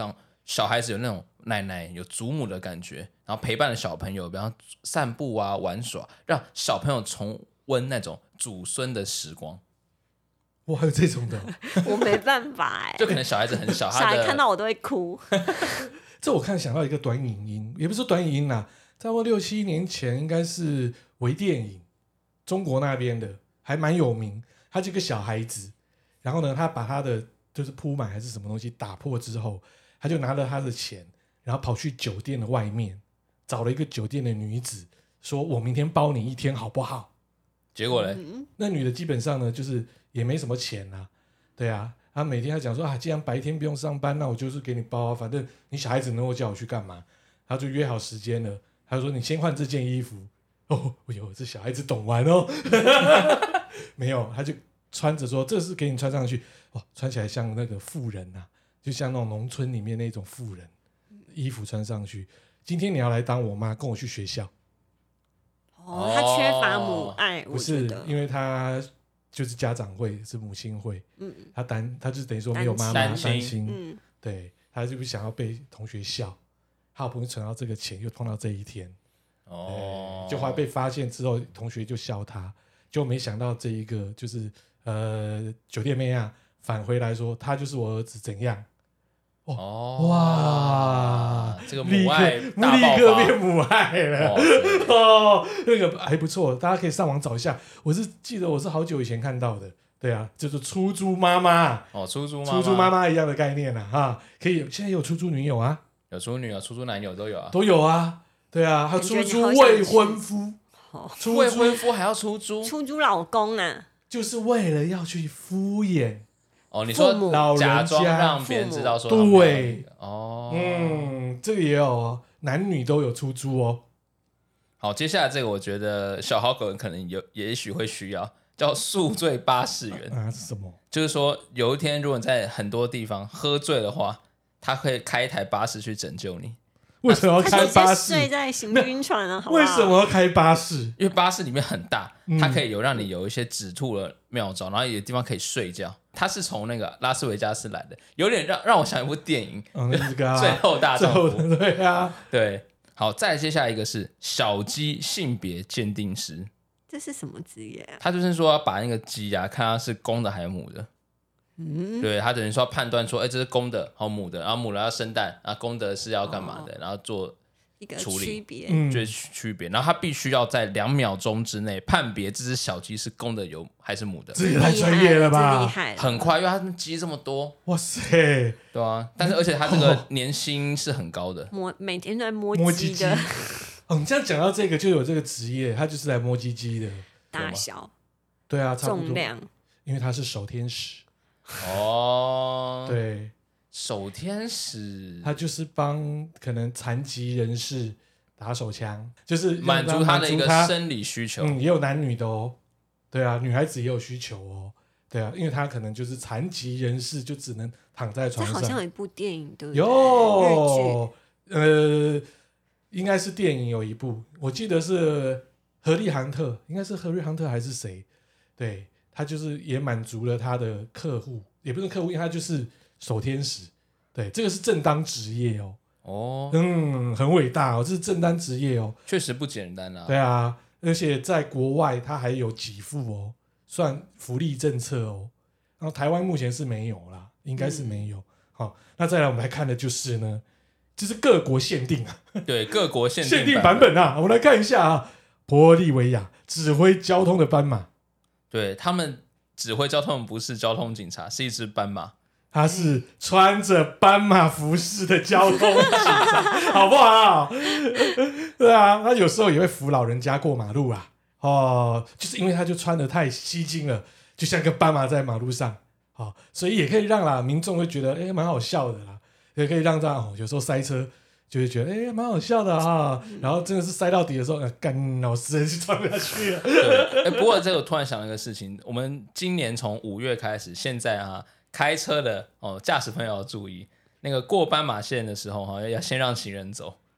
小孩子有那种奶奶有祖母的感觉，然后陪伴着小朋友，比方散步啊、玩耍，让小朋友重温那种祖孙的时光。 哇，还有这种的， 我没办法哎、欸， 就可能小孩子很小， 小孩看到我都会哭。 这我看想到一个短影音，也不是短影音啦，差不多六七年前应该是微电影，中国那边的还蛮有名。他这个小孩子，然后呢，他把他的就是铺满还是什么东西打破之后，他就拿了他的钱，然后跑去酒店的外面找了一个酒店的女子，说我明天包你一天好不好？ 结果嘞、 嗯， 那女的基本上呢，就是也没什么钱啊，对啊，她每天她讲说啊，既然白天不用上班，那我就是给你包啊，反正你小孩子能够叫我去干嘛？她就约好时间了，她说你先换这件衣服。哦，哎呦，这小孩子懂玩哦，没有，他就穿着说这是给你穿上去，哇，穿起来像那个妇人啊，就像那种农村里面那种妇人衣服穿上去。今天你要来当我妈，跟我去学校。 哦，他缺乏母爱， 不是我觉得， 因为他就是家长会是母亲会， 嗯他担他就是等于说没有妈妈担心担心， 嗯， 对，他就不想要被同学笑，他好不容易存到这个钱，又碰到这一天， 哦， 就后来被发现之后，同学就笑他，就没想到这一个就是呃酒店妹啊返回来说他就是我儿子怎样。 哦， 哇， 这个立刻母爱大立爆发， 刻变母爱了哇塞哦，那个还不错，大家可以上网找一下。我是记得我是好久以前看到的，对啊，就是出租妈妈， 哦，出租妈出租妈妈一样的概念啊，哈，可以，现在有出租女友啊， 有出女友、出租男友都有啊， 都有啊，对啊，还有感觉出租你好想未婚夫， 哦， 出租未婚夫还要出租出租老公啊， 就是为了要去敷衍， 哦，你说父母老人家假装让别人知道说父母他没有对那个哦， 嗯，这个也有哦，男女都有出租哦。 好，接下来这个我觉得小好狗可能有也许会需要，叫宿醉巴士员， 啊，是什么？ 就是说有一天如果你在很多地方喝醉的话，他会开一台巴士去拯救你， 为什么要他开巴直接睡士？ 在行军船啊，好不好？ 为什么要开巴士？ 因为巴士里面很大， 嗯它可以有让你有一些止吐的妙招，然后有地方可以睡觉。它是从那个拉斯维加斯来的，有点让让我想一部电影嗯，那是个 《最后大最丈夫》。 后的对啊， 对，好，再来接下来一个是小鸡性别鉴定师， 这是什么职业啊？ 他就是说要把那个鸡啊，看它是公的还是母的。 嗯， 对，他等于说要判断说，哎，这是公的，好母的，然后母的要生蛋，然后公的是要干嘛的，然后做一个处理区别。 嗯， 就是区别，然后他必须要在两秒钟之内判别这只小鸡是公的有还是母的， 这也太专业了这厉吧！ 害了， 很快，因为它鸡这么多， 哇塞， 对啊，但是而且它这个年薪是很高的， 摸每天都在摸摸鸡鸡鸡的。 哦，你这样讲到这个，就有这个职业，他就是来摸鸡鸡的。 大小、 对啊，差不多， 重量， 因为他是守天使。 哦，， 对， 守天使他就是帮可能残疾人士打手枪，就是满足他的一个满足他生理需求， 嗯，也有男女的哦。对啊，女孩子也有需求哦。对啊，因为他可能就是残疾人士，就只能躺在这床上。 好像有一部电影，对不对？ 有，呃，应该是电影有一部，我记得是何利杭特，应该是何利杭特还是谁？对，他就是也满足了他的客户，也不是客户，因为他就是守天使。对，这个是正当职业哦。 哦， 嗯，很伟大哦，这是正当职业哦。 确实不简单啊， 对啊，而且在国外他还有给付哦，算福利政策哦。然后台湾目前是没有啦，应该是没有。好、那再来我们来看的就是呢，就是各国限定啊， 对，各国限限定定版本啊，我们来看一下啊，玻利维亚指挥交通的斑马， 对他们指挥交通不是交通警察，是一只斑马。 他是穿着斑马服饰的交通警察，好不好？对啊，他有时候也会扶老人家过马路啊。哦，就是因为他就穿得太吸睛了，就像个斑马在马路上，哦，所以也可以让啦民众会觉得，哎，蛮好笑的啦，也可以让这样、哦、有时候塞车就会觉得，哎，蛮好笑的啊。然后真的是塞到底的时候，干老实人就穿不下去了。 对，哎，不过这个我突然想到一个事情，我们今年从五月开始，现在啊，开车的哦，驾驶朋友要注意，那个过斑马线的时候哈、哦，要先让行人走。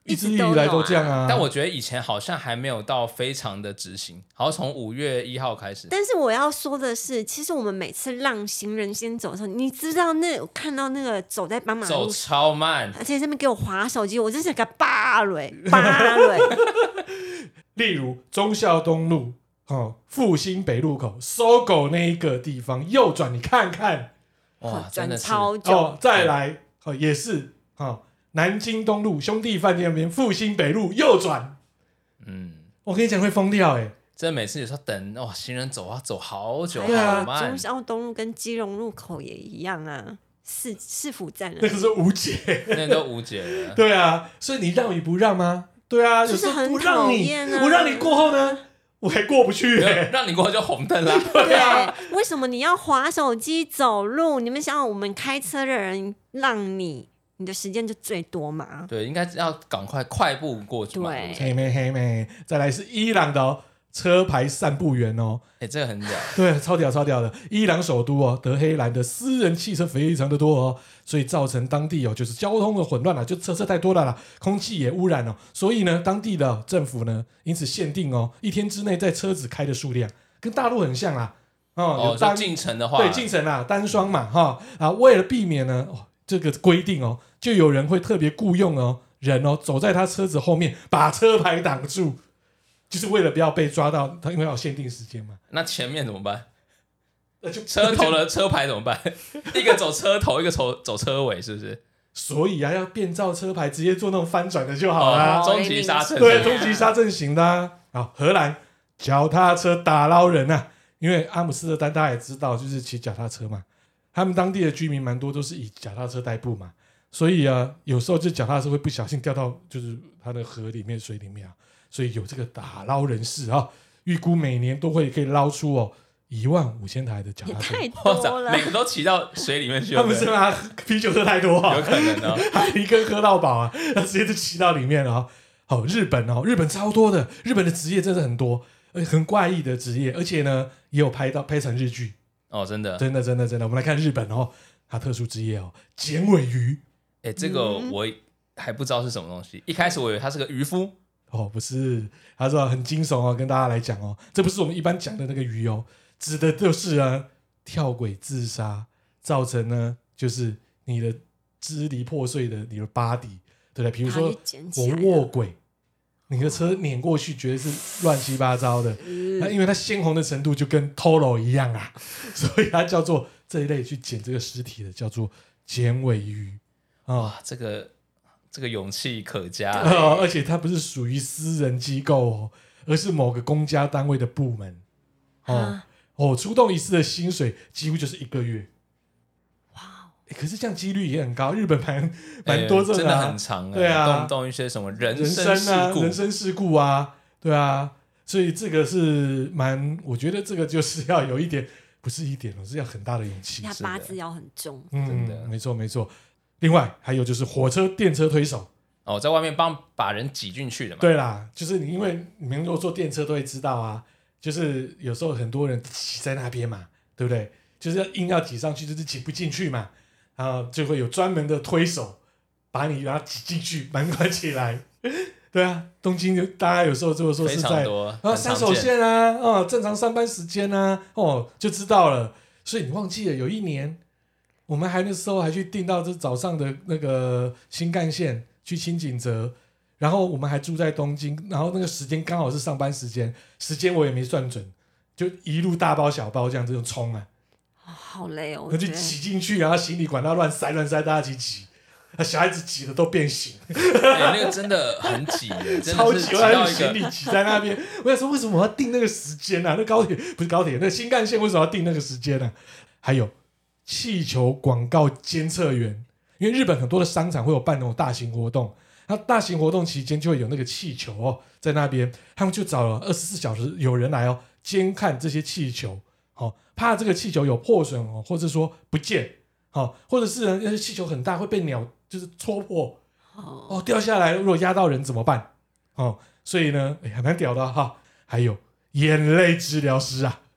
一直以来都这样啊。 但我觉得以前好像还没有到非常的执行，好像从五月一号开始。 但是我要说的是，其实我们每次让行人先走的时候，你知道那我看到那个走在斑马路走超慢， 而且这边给我滑手机，我真是个扒蕊扒蕊。 例如忠孝东路、哦、复兴北路口、搜狗那一个地方右转，你看看， 哇，真的是超久。 哦，再来、哦、也是、哦、南京东路兄弟饭店那边复兴北路右转， 嗯， 我跟你讲会疯掉哎、欸！ 真的每次有时候等哇，行人走啊走好久， 对啊， 好慢。 忠孝东路跟基隆路口也一样啊，市市府站那个是无解， 那都无解了。 对啊，所以你让与不让吗？对啊，有时候我让你，我让你过后呢，我还过不去哎、欸， 让你过后就红灯啦。 对啊，为什么你要滑手机走路？你们想想，我们开车的人让你，你的时间就最多嘛。 对，应该要赶快快步过去嘛。 对， 黑妹黑妹，再来是伊朗的哦，车牌散步员哦， 哎、欸，这个很屌， 对，超屌超屌的。伊朗首都哦，德黑兰的私人汽车非常的多哦，所以造成当地哦就是交通的混乱了，就车车太多了啦，空气也污染哦，所以呢，当地的、哦、政府呢，因此限定哦，一天之内在车子开的数量跟大陆很像啦， 哦，有单进城的话， 对，进城啦，单双嘛哈啊，为了避免呢、哦、这个规定哦，就有人会特别雇佣哦人哦，走在他车子后面把车牌挡住。就是为了不要被抓到，他因为要限定时间嘛。 那前面怎么办？ 那就车头的车牌怎么办？一个走车头，一个走走车尾，是不是？ 所以啊，要变造车牌，直接做那种翻转的就好啦。 终极刹阵， 对，终极刹阵型的啊。好，荷兰脚踏车打捞人啊，因为阿姆斯特丹大家也知道，就是骑脚踏车嘛，他们当地的居民蛮多都是以脚踏车代步嘛，所以啊，有时候这脚踏车会不小心掉到就是它的河里面、水里面啊。所以有这个打捞人士啊，预估每年都会可以捞出哦一万五千台的脚踏车， 也太多了， 每个都骑到水里面去。 他们是拿啤酒喝太多啊， 有可能哦， 一根喝到饱啊，直接就骑到里面了啊。好，日本哦，日本超多的，日本的职业真的很多，很怪异的职业，而且呢也有拍到拍成日剧哦，真的， 真的真的真的。我们来看日本哦，它特殊职业哦，剪尾鱼。 哎，这个我还不知道是什么东西，一开始我以为他是个渔夫。 哦，不是，他说很惊悚哦，跟大家来讲哦，这不是我们一般讲的那个鱼哦，指的就是啊跳轨自杀，造成呢就是你的支离破碎的你的 body， 对不对？比如说我卧轨，你的车碾过去，觉得是乱七八糟的，那、嗯、因为它鲜红的程度就跟 Toro 一样啊，所以它叫做这一类去捡这个尸体的叫做剪尾鱼啊、哦， 这个。这个勇气可嘉、 哦，而且它不是属于私人机构哦，而是某个公家单位的部门哦、啊、哦，出动一次的薪水几乎就是一个月，哇！可是这样几率也很高，日本蛮蛮多这种、啊欸、 真的很长、欸， 对啊， 动不动一些什么人生事故、 啊、人生事故啊，对啊，所以这个是蛮，我觉得这个就是要有一点，不是一点哦，是要很大的勇气， 他八字要很重， 嗯， 真的， 没错没错。另外还有就是火车电车推手哦，在外面帮把人挤进去的嘛。 对啦，就是你因为你们如果坐电车都会知道啊，就是有时候很多人挤在那边嘛，对不对？就是要硬要挤上去，就是挤不进去嘛，然后就会有专门的推手把你把它挤进去，门关起来。对啊，东京就大家有时候如果说是在啊山手线啊，哦正常上班时间啊，哦就知道了。所以你忘记了有一年。我们还那时候还去订到这早上的那个新干线去轻井泽，然后我们还住在东京，然后那个时间刚好是上班时间，时间我也没算准，就一路大包小包这样这种冲啊， 哦、好累哦， 我就挤进去，然后行李管道乱塞乱塞，大家一起挤，小孩子挤的都变形， 欸、那个真的很挤耶， 超级挤，行李挤在那边。我想说为什么我要订那个时间啊？那高铁不是高铁，那新干线为什么要订那个时间啊？还有。气球广告监测员，因为日本很多的商场会有办那种大型活动，那大型活动期间就会有那个气球哦，在那边，他们就找了二十四小时有人来哦监看这些气球，哦，怕这个气球有破损哦，或者说不见，哦，或者是呢那些气球很大会被鸟就是戳破，哦掉下来，如果压到人怎么办？哦，所以呢，哎，还蛮屌的哈。还有眼泪治疗师啊。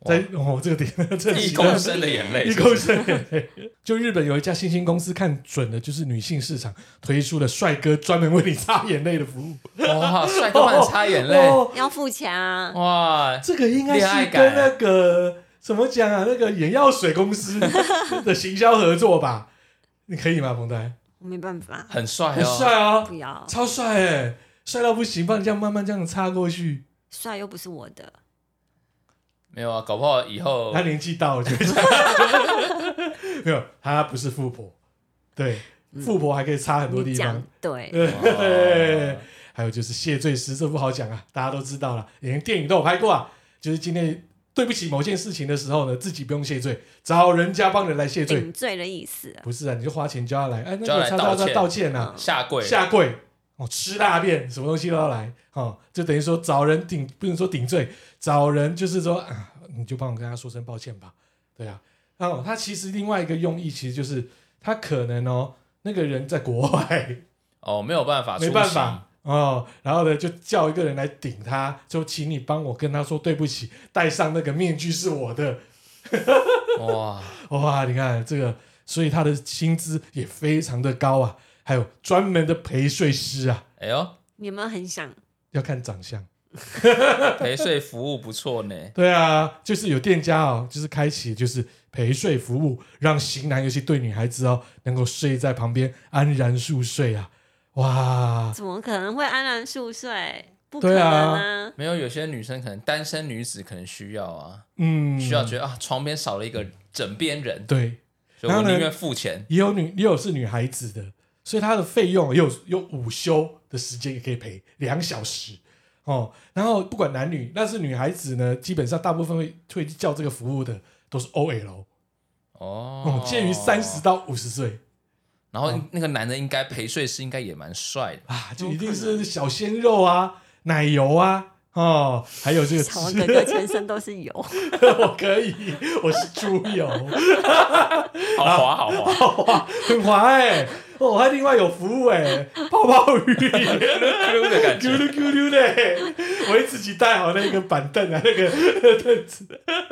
在哦这个点一公升的眼泪， 一公升的眼泪。就日本有一家新兴公司看准了，就是女性市场，推出了帅哥专门为你擦眼泪的服务。 哇，帅哥帮你擦眼泪， 哦、 要付钱啊！ 哇， 这个应该是跟那个怎么讲啊，那个眼药水公司的行销合作吧？你可以吗，彭台？ 我没办法， 很帅哦， 很帅哦， 不要， 超帅哎，帅到不行，帮你这样慢慢这样擦过去。 帅又不是我的。 没有啊，搞不好以后他年纪到了就没有，他不是富婆，对，富婆还可以擦很多地方， 对， 对，还有就是谢罪师，这不好讲啊，大家都知道了，连电影都有拍过啊，就是今天对不起某件事情的时候呢，自己不用谢罪，找人家帮人来谢罪， 顶罪的意思啊， 不是啊，你就花钱叫他来，哎，那叫个叉叉叉道歉啊， 下跪下跪。哦，吃大便，什么东西都要来，哦，就等于说找人顶，不能说顶罪，找人就是说啊，你就帮我跟他说声抱歉吧，对啊。然后他其实另外一个用意，其实就是他可能哦，那个人在国外， 哦，没有办法， 没办法哦，然后呢就叫一个人来顶他，就请你帮我跟他说对不起，戴上那个面具是我的， 哇哇，你看这个，所以他的薪资也非常的高啊。还有专门的陪睡师啊！ 哎呦， 你有没有很想？ 要看长相， 陪睡服务不错呢。 对啊，就是有店家哦，就是开启就是陪睡服务，让型男尤其对女孩子哦，能够睡在旁边安然入睡啊！哇， 怎么可能会安然入睡？不可能啊！啊没有，有些女生可能单身女子可能需要啊， 嗯， 需要觉得啊，床边少了一个枕边人， 对， 所以我宁愿付钱。 也有女，也有是女孩子的。所以他的费用有有午休的时间也可以赔两小时哦，然后不管男女，但是女孩子呢，基本上大部分会会叫这个服务的都是 O L 哦， 嗯，介于三十到五十岁， 然后那个男的应该陪睡师应该也蛮帅的啊，就一定是小鲜肉啊，奶油啊。哦，还有这个， 小哥哥全身都是油， 我可以，我是猪油， 好滑好滑好滑，很滑哎、欸，哦，还另外有服务哎、欸，泡泡浴， 咕噜的感觉， 咕噜咕噜的，我会自己带好那个板凳啊，那个凳子，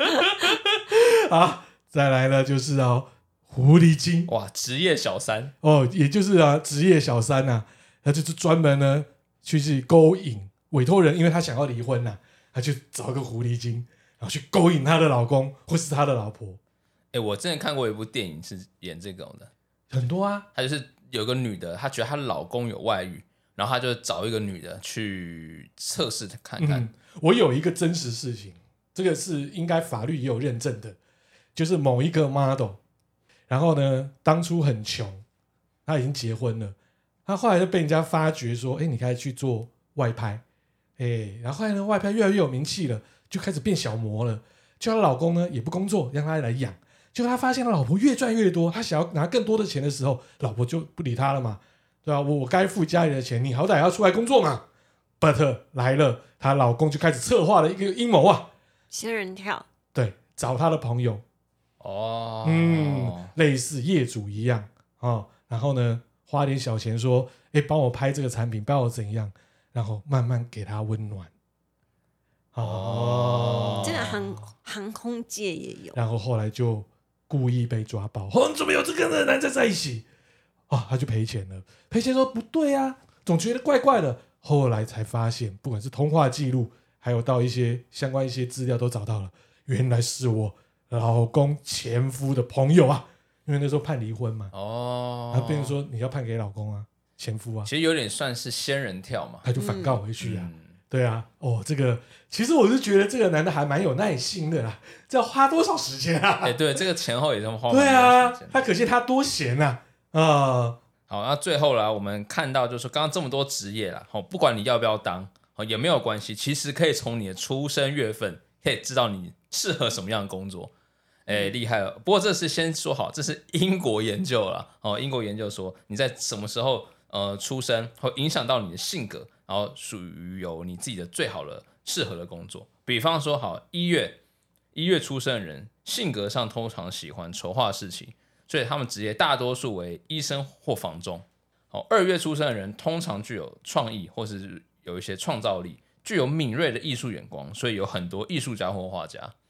好，再来呢就是哦，狐狸精， 哇，职业小三哦，也就是啊，职业小三呐、啊，他就是专门呢去去勾引。委托人，因为他想要离婚呐、啊，他就找个狐狸精，然后去勾引他的老公或是他的老婆。 哎、欸，我之前看过一部电影是演这种的， 很多啊。 他就是有个女的，她觉得她老公有外遇，然后她就找一个女的去测试看看、嗯。 我有一个真实事情，这个是应该法律也有认证的，就是某一个 model， 然后呢，当初很穷，他已经结婚了，他后来就被人家发觉说，哎、欸，你可以去做外拍。哎，然后后来呢，外拍越来越有名气了，就开始变小模了。就她老公呢也不工作，让她来养。就他发现他老婆越赚越多，他想要拿更多的钱的时候，老婆就不理他了嘛，对吧、啊？我我该付家里的钱，你好歹要出来工作嘛。But 来了，她老公就开始策划了一个阴谋啊， 仙人跳， 对，找他的朋友， 哦， 嗯，类似业主一样哦，然后呢，花点小钱说，哎，帮我拍这个产品，帮我怎样？然后慢慢给他温暖，哦， 这个航航空界也有， 然后后来就故意被抓包，哦，你怎么有这个男在在一起？啊，他就赔钱了，赔钱说不对啊，总觉得怪怪的，后来才发现，不管是通话记录，还有到一些相关一些资料都找到了，原来是我老公前夫的朋友啊，因为那时候判离婚嘛，哦，他变成说你要判给老公啊。前夫啊， 其实有点算是仙人跳嘛， 他就反告回去啊， 嗯、 对啊，哦，这个其实我是觉得这个男的还蛮有耐心的啦，这要花多少时间啊？ 哎、欸，对，这个前后也这么花。 对啊，他可见他多闲啊啊、呃！ 好，那最后啦，我们看到就是刚刚这么多职业啦，不管你要不要当，也没有关系，其实可以从你的出生月份可以知道你适合什么样的工作。哎，厉害了！不过这是先说好，这是英国研究啦，哦，英国研究说你在什么时候。呃，出生会影响到你的性格，然后属于有你自己的最好的适合的工作。比方说，好一月一月出生的人，性格上通常喜欢筹划事情，所以他们职业大多数为医生或房仲。好，二月出生的人通常具有创意或是有一些创造力，具有敏锐的艺术眼光，所以有很多艺术家或画家。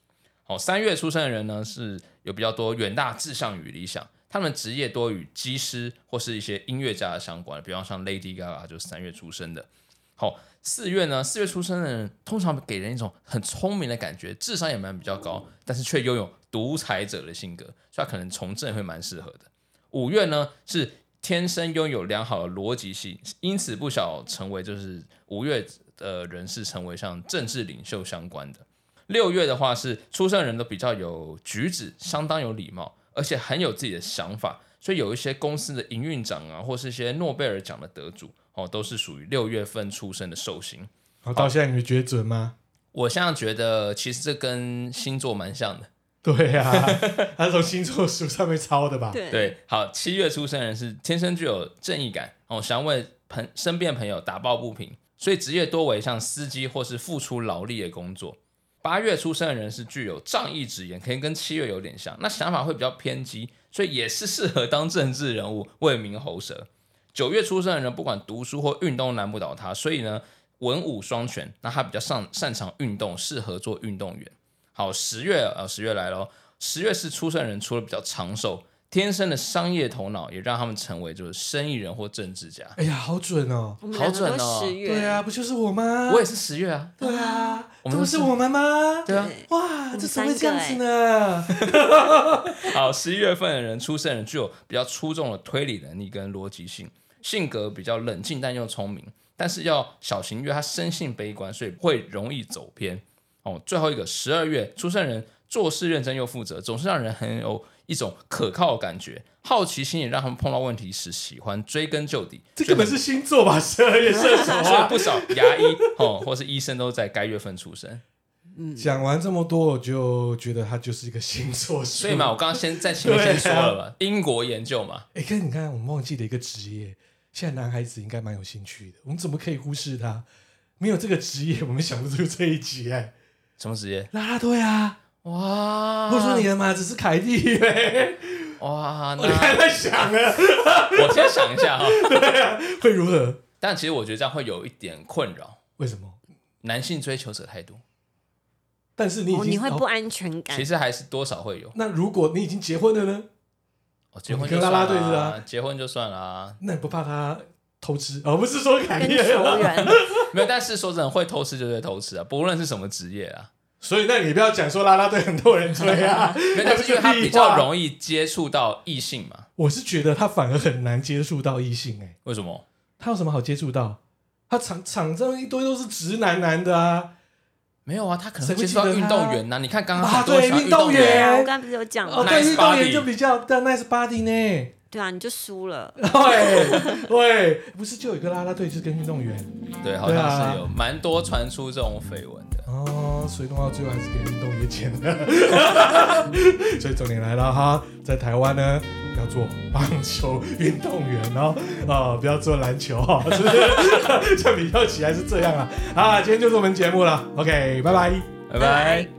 哦，三月出生的人呢，是有比较多远大志向与理想，他们职业多与机师或是一些音乐家的相关，比方像 Lady Gaga 就是三月出生的。好、哦，四月呢，四月出生的人通常给人一种很聪明的感觉，智商也蛮比较高，但是却拥有独裁者的性格，所以他可能从政会蛮适合的。五月呢，是天生拥有良好的逻辑性，因此不少成为就是五月的人是成为像政治领袖相关的。六月的话是出生人都比较有举止，相当有礼貌，而且很有自己的想法，所以有一些公司的营运长啊，或是一些诺贝尔奖的得主哦，都是属于六月份出生的寿星。 好，到现在你们觉得准吗？ 我现在觉得其实这跟星座蛮像的。 对啊，他从星座书上面抄的吧？ 对对，好，七月出生人是天生具有正义感哦，想为朋身边朋友打抱不平，所以职业多为像司机或是付出劳力的工作。八月出生的人是具有仗义直言，可以跟七月有点像，那想法会比较偏激，所以也是适合当政治人物，为民喉舌。九月出生的人不管读书或运动难不倒他，所以呢文武双全，那他比较擅擅长运动，适合做运动员。好，十月呃，十月来咯，十月是出生的人除了比较长寿，天生的商业头脑也让他们成为就是生意人或政治家。 哎呀，好准哦！ 我们两个都好准哦十月， 对啊，不就是我吗？ 我也是十月啊。 对啊， 我们都是这不是我们吗？ 对啊。 哇，这怎么会这样子欸呢？ 好，十一月份的人出生的人具有比较出众的推理能力跟逻辑性，性格比较冷静但又聪明，但是要小心，因为他生性悲观，所以会容易走偏。哦，最后一个十二月出生人做事认真又负责，总是让人很有一种可靠的感觉，好奇心也让他们碰到问题时喜欢追根究底。 这根本是星座吧？十二月射手所以啊！ 不少牙医哦或是医生都在该月份出生。 讲完这么多，我就觉得他就是一个星座书。 所以嘛，我刚刚先在前面先说了嘛，英国研究嘛。 哎，可是你看，我们忘记了一个职业，现在男孩子应该蛮有兴趣的，我们怎么可以忽视他？没有这个职业，我们想不出这一集哎。 什么职业？ 啦啦队啊！ 哇！ 我说你的马子是凯蒂呗？ 哇， 我还在想呢。 我先想一下哈。 对啊，会如何？ 但其实我觉得这样会有一点困扰。 为什么？ 男性追求者太多。 但是你已经、 哦、你会不安全感、 哦。其实还是多少会有。 那如果你已经结婚了呢？ 哦，结婚就算跟啦啦队是啊， 结婚就算了、啊。 那你不怕他偷吃？哦，不是说凯蒂跟球员没有，但是说真的，会偷吃就会偷吃啊，不论是什么职业啊。 所以，那你不要讲说啦啦队很多人追啊， 没有，但是因为他比较容易接触到异性嘛。 我是觉得他反而很难接触到异性、欸，哎， 为什么？ 他有什么好接触到？他场场上一堆都是直男男的啊。 没有啊，他可能会接触到运动员呐、啊。你看刚刚啊， 对运动员， 对啊，我刚才不是有讲吗？ 哦，对，运动员就比较但 nice body 呢。 对啊，你就输了。 对对，不是就有一个啦啦队就是跟运动员， 对，好像是有蛮多传出这种绯闻的。 哦，所以弄到最后还是给运动员签的。所以重点来了哈，在台湾呢要做棒球运动员哦，啊、哦，不要做篮球哈，是不是？相比较起来是这样啊。好，今天就是我们节目了 ，OK， 拜拜， 拜拜。